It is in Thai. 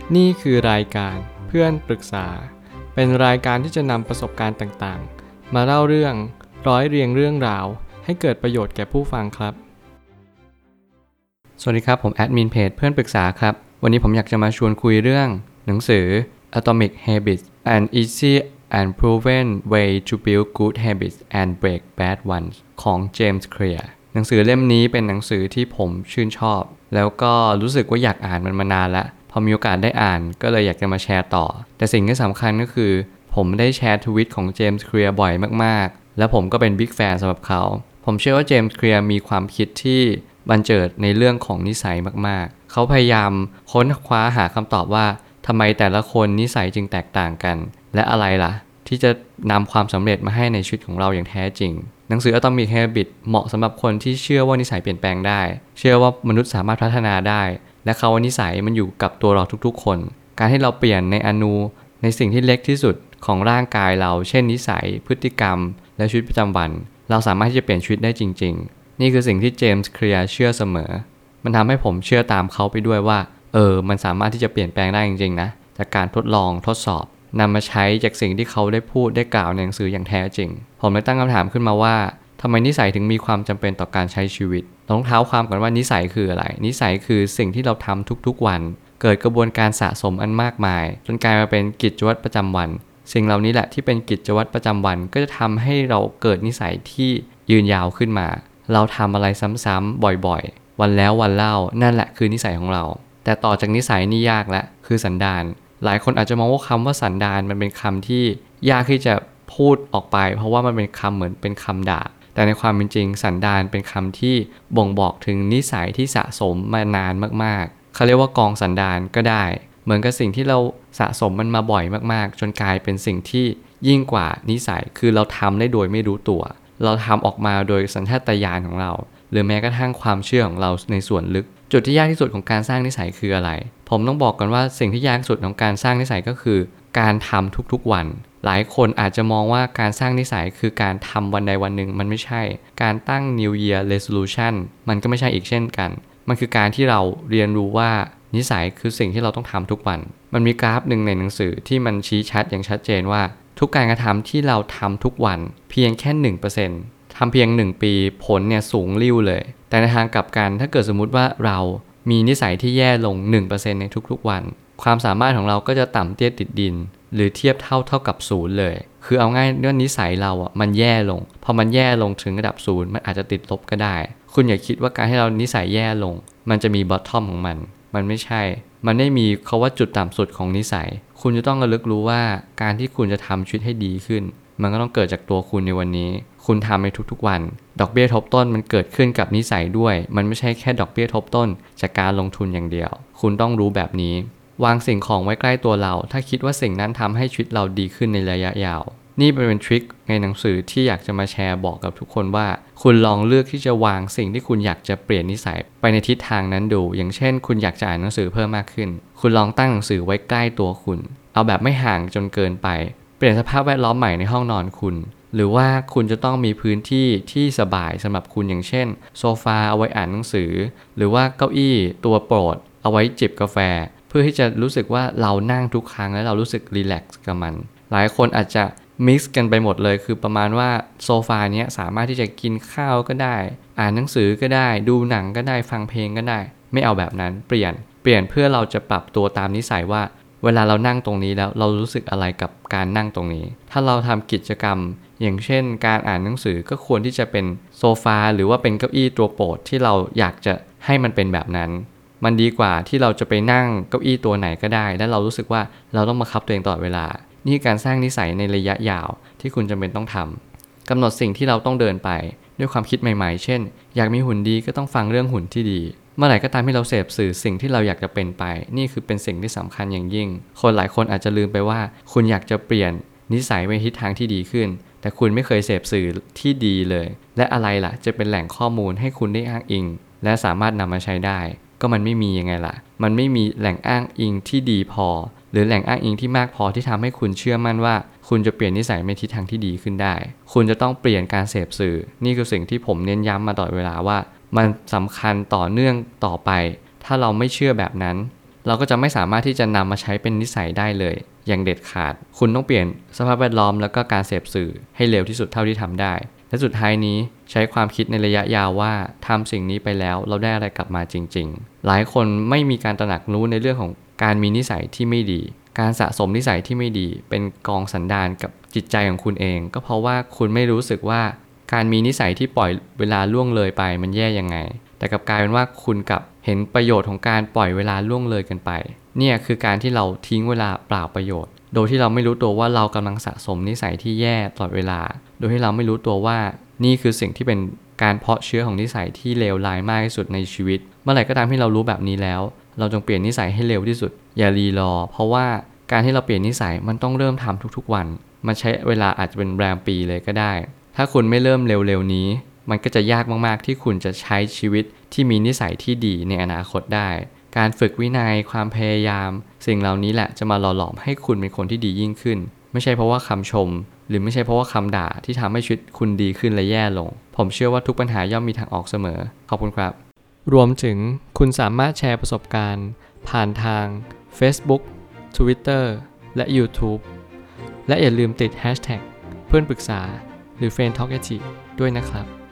นี่คือรายการเพื่อนปรึกษาเป็นรายการที่จะนำประสบการณ์ต่างๆมาเล่าเรื่องร้อยเรียงเรื่องราวให้เกิดประโยชน์แก่ผู้ฟังครับสวัสดีครับผมแอดมินเพจเพื่อนปรึกษาครับวันนี้ผมอยากจะมาชวนคุยเรื่องหนังสือ Atomic Habits: An Easy and Proven Way to Build Good Habits and Break Bad Ones ของเจมส์เคลียร์หนังสือเล่มนี้เป็นหนังสือที่ผมชื่นชอบแล้วก็รู้สึกว่าอยากอ่านมันมานานแล้วพอมีโอกาสได้อ่านก็เลยอยากจะมาแชร์ต่อแต่สิ่งที่สำคัญก็คือผมได้แชร์ทวิตของเจมส์เคลียร์บ่อยมากๆและผมก็เป็นบิ๊กแฟนสำหรับเขาผมเชื่อว่าเจมส์เคลียร์มีความคิดที่บันเจิดในเรื่องของนิสัยมากๆเขาพยายามค้นคว้าหาคำตอบว่าทำไมแต่ละคนนิสัยจึงแตกต่างกันและอะไรล่ะที่จะนำความสำเร็จมาให้ในชีวิตของเราอย่างแท้จริงหนังสือ Atomic Habits เหมาะสำหรับคนที่เชื่อว่านิสัยเปลี่ยนแปลงได้เชื่อว่ามนุษย์สามารถพัฒนาได้และเขาว่านิสัยมันอยู่กับตัวเราทุกๆคนการให้เราเปลี่ยนในอนูในสิ่งที่เล็กที่สุดของร่างกายเราเช่นนิสัยพฤติกรรมและชีวิตประจำวันเราสามารถที่จะเปลี่ยนชีวิตได้จริงๆนี่คือสิ่งที่เจมส์เคลียร์เชื่อเสมอมันทำให้ผมเชื่อตามเขาไปด้วยว่ามันสามารถที่จะเปลี่ยนแปลงได้จริงๆนะจากการทดลองทดสอบนำมาใช้จากสิ่งที่เขาได้พูดได้กล่าวในหนังสืออย่างแท้จริงผมเลยตั้งคำถามขึ้นมาว่าทำไมนิสัยถึงมีความจำเป็นต่อการใช้ชีวิตต้องเท้าความก่อนว่านิสัยคืออะไรนิสัยคือสิ่งที่เราทำทุกๆวันเกิดกระบวนการสะสมอันมากมายจนกลายมาเป็นกิจวัตรประจำวันสิ่งเหล่านี้แหละที่เป็นกิจวัตรประจำวันก็จะทำให้เราเกิดนิสัยที่ยืนยาวขึ้นมาเราทำอะไรซ้ำๆบ่อยๆวันแล้ววันเล่านั่นแหละคือนิสัยของเราแต่ต่อจากนิสัยนี่ยากละคือสันดานหลายคนอาจจะมองว่าคำว่าสันดานมันเป็นคำที่ยากที่จะพูดออกไปเพราะว่ามันเป็นคำเหมือนเป็นคำด่าแต่ในความเป็นจริงสันดานเป็นคำที่บ่งบอกถึงนิสัยที่สะสมมานานมากๆเขาเรียกว่ากองสันดานก็ได้เหมือนกับสิ่งที่เราสะสมมันมาบ่อยมากๆจนกลายเป็นสิ่งที่ยิ่งกว่านิสัยคือเราทำได้โดยไม่รู้ตัวเราทำออกมาโดยสัญชาตญาณของเราหรือแม้กระทั่งความเชื่อของเราในส่วนลึกจุดที่ยากที่สุดของการสร้างนิสัยคืออะไรผมต้องบอกก่อนว่าสิ่งที่ยากที่สุดของการสร้างนิสัยก็คือการทำทุกๆวันหลายคนอาจจะมองว่าการสร้างนิสัยคือการทำวันใดวันหนึ่งมันไม่ใช่การตั้ง New Year Resolution มันก็ไม่ใช่อีกเช่นกันมันคือการที่เราเรียนรู้ว่านิสัยคือสิ่งที่เราต้องทำทุกวันมันมีกราฟหนึ่งในหนังสือที่มันชี้ชัดอย่างชัดเจนว่าทุกการกระทำที่เราทำทุกวันเพียงแค่ 1% ทำเพียง1ปีผลเนี่ยสูงลิ่วเลยแต่ในทางกลับกันถ้าเกิดสมมุติว่าเรามีนิสัยที่แย่ลง 1% ในทุกๆวันความสามารถของเราก็จะต่ำเตี้ยติดดินหรือเทียบเท่ากับศูนย์เลยคือเอาง่ายว่านิสัยเรามันแย่ลงพอมันแย่ลงถึงระดับศูนย์มันอาจจะติดลบก็ได้คุณอย่าคิดว่าการให้เรานิสัยแย่ลงมันจะมีบอททอมของมันไม่ใช่มันไม่มีคำว่าจุดต่ำสุดของนิสัยคุณจะต้องระลึกรู้ว่าการที่คุณจะทำชีวิตให้ดีขึ้นมันก็ต้องเกิดจากตัวคุณในวันนี้คุณทำในทุกๆวันดอกเบี้ยทบต้นมันเกิดขึ้นกับนิสัยด้วยมันไม่ใช่แค่ดอกเบี้ยทบต้นจากการลงทุนอย่างเดียวคุณต้องรู้แบบนี้วางสิ่งของไว้ใกล้ตัวเราถ้าคิดว่าสิ่งนั้นทำให้ชีวิตเราดีขึ้นในระยะยาวนี่เป็นทริคในหนังสือที่อยากจะมาแชร์บอกกับทุกคนว่าคุณลองเลือกที่จะวางสิ่งที่คุณอยากจะเปลี่ยนนิสัยไปในทิศทางนั้นดูอย่างเช่นคุณอยากจะอ่านหนังสือเพิ่มมากขึ้นคุณลองตั้งหนังสือไว้ใกล้ตัวคุณเอาแบบไม่ห่างจนเกินไปเปลี่ยนสภาพแวดล้อมใหม่ในห้องนอนคุณหรือว่าคุณจะต้องมีพื้นที่ที่สบายสำหรับคุณอย่างเช่นโซฟาเอาไว้อ่านหนังสือหรือว่าเก้าอี้ตัวโปรดเอาไว้จิบกาแฟเพื่อที่จะรู้สึกว่าเรานั่งทุกครั้งแล้วเรารู้สึกรีแลกซ์กับมันหลายคนอาจจะมิกซ์กันไปหมดเลยคือประมาณว่าโซฟาเนี้ยสามารถที่จะกินข้าวก็ได้อ่านหนังสือก็ได้ดูหนังก็ได้ฟังเพลงก็ได้ไม่เอาแบบนั้นเปลี่ยนเพื่อเราจะปรับตัวตามนิสัยว่าเวลาเรานั่งตรงนี้แล้วเรารู้สึกอะไรกับการนั่งตรงนี้ถ้าเราทำกิจกรรมอย่างเช่นการอ่านหนังสือก็ควรที่จะเป็นโซฟาหรือว่าเป็นเก้าอี้ตัวโปรดที่เราอยากจะให้มันเป็นแบบนั้นมันดีกว่าที่เราจะไปนั่งเก้าอี้ตัวไหนก็ได้และเรารู้สึกว่าเราต้องบังคับตัวเองตลอดเวลานี่การสร้างนิสัยในระยะยาวที่คุณจำเป็นต้องทำกำหนดสิ่งที่เราต้องเดินไปด้วยความคิดใหม่ๆเช่นอยากมีหุ่นดีก็ต้องฟังเรื่องหุ่นที่ดีเมื่อไหร่ก็ตามที่เราเสพสื่อสิ่งที่เราอยากจะเป็นไปนี่คือเป็นสิ่งที่สำคัญอย่างยิ่งคนหลายคนอาจจะลืมไปว่าคุณอยากจะเปลี่ยนนิสัยไปทิศทางที่ดีขึ้นแต่คุณไม่เคยเสพสื่อที่ดีเลยและอะไรล่ะจะเป็นแหล่งข้อมูลให้คุณได้อ้างอิงและสามารถนำมาใช้ได้ก็มันไม่มียังไงล่ะมันไม่มีแหล่งอ้างอิงที่ดีพอหรือแหล่งอ้างอิงที่มากพอที่ทำให้คุณเชื่อมั่นว่าคุณจะเปลี่ยนนิสัยในทิศทางที่ดีขึ้นได้คุณจะต้องเปลี่ยนการเสพสื่อนี่คือสิ่งที่ผมเน้นย้ำมาตลอดเวลาว่ามันสำคัญต่อเนื่องต่อไปถ้าเราไม่เชื่อแบบนั้นเราก็จะไม่สามารถที่จะนำมาใช้เป็นนิสัยได้เลยอย่างเด็ดขาดคุณต้องเปลี่ยนสภาพแวดล้อมแล้วก็การเสพสื่อให้เร็วที่สุดเท่าที่ทำได้และสุดท้ายนี้ใช้ความคิดในระยะยาวว่าทำสิ่งนี้ไปแล้วเราได้อะไรกลับมาจริงๆหลายคนไม่มีการตระหนักรู้ในเรื่องของการมีนิสัยที่ไม่ดีการสะสมนิสัยที่ไม่ดีเป็นกองสันดานกับจิตใจของคุณเองก็เพราะว่าคุณไม่รู้สึกว่าการมีนิสัยที่ปล่อยเวลาล่วงเลยไปมันแย่ยังไงแต่กลับกลายเป็นว่าคุณกลับเห็นประโยชน์ของการปล่อยเวลาล่วงเลยกันไปเนี่ยคือการที่เราทิ้งเวลาเปล่าประโยชน์โดยที่เราไม่รู้ตัวว่าเรากำลังสะสมนิสัยที่แย่ตลอดเวลาโดยที่เราไม่รู้ตัวว่านี่คือสิ่งที่เป็นการเพาะเชื้อของนิสัยที่เลวร้ายมากที่สุดในชีวิตเมื่อไหร่ก็ตามที่เรารู้แบบนี้แล้วเราจงเปลี่ยนนิสัยให้เร็วที่สุดอย่ารีรอเพราะว่าการที่เราเปลี่ยนนิสัยมันต้องเริ่มทำทุกๆวันมันใช้เวลาอาจจะเป็นแรมปีเลยก็ได้ถ้าคุณไม่เริ่มเร็วๆนี้มันก็จะยากมากๆที่คุณจะใช้ชีวิตที่มีนิสัยที่ดีในอนาคตได้การฝึกวินัยความพยายามสิ่งเหล่านี้แหละจะมาหล่อหลอมให้คุณเป็นคนที่ดียิ่งขึ้นไม่ใช่เพราะว่าคำชมหรือไม่ใช่เพราะว่าคำด่าที่ทำให้ชีวิตคุณดีขึ้นและแย่ลงผมเชื่อว่าทุกปัญหาย่อมมีทางออกเสมอขอบคุณครับรวมถึงคุณสามารถแชร์ประสบการณ์ผ่านทาง Facebook Twitter และ YouTube และอย่าลืมติด Hashtag เพื่อนปรึกษาหรือ Friend Talk ด้วยนะครับ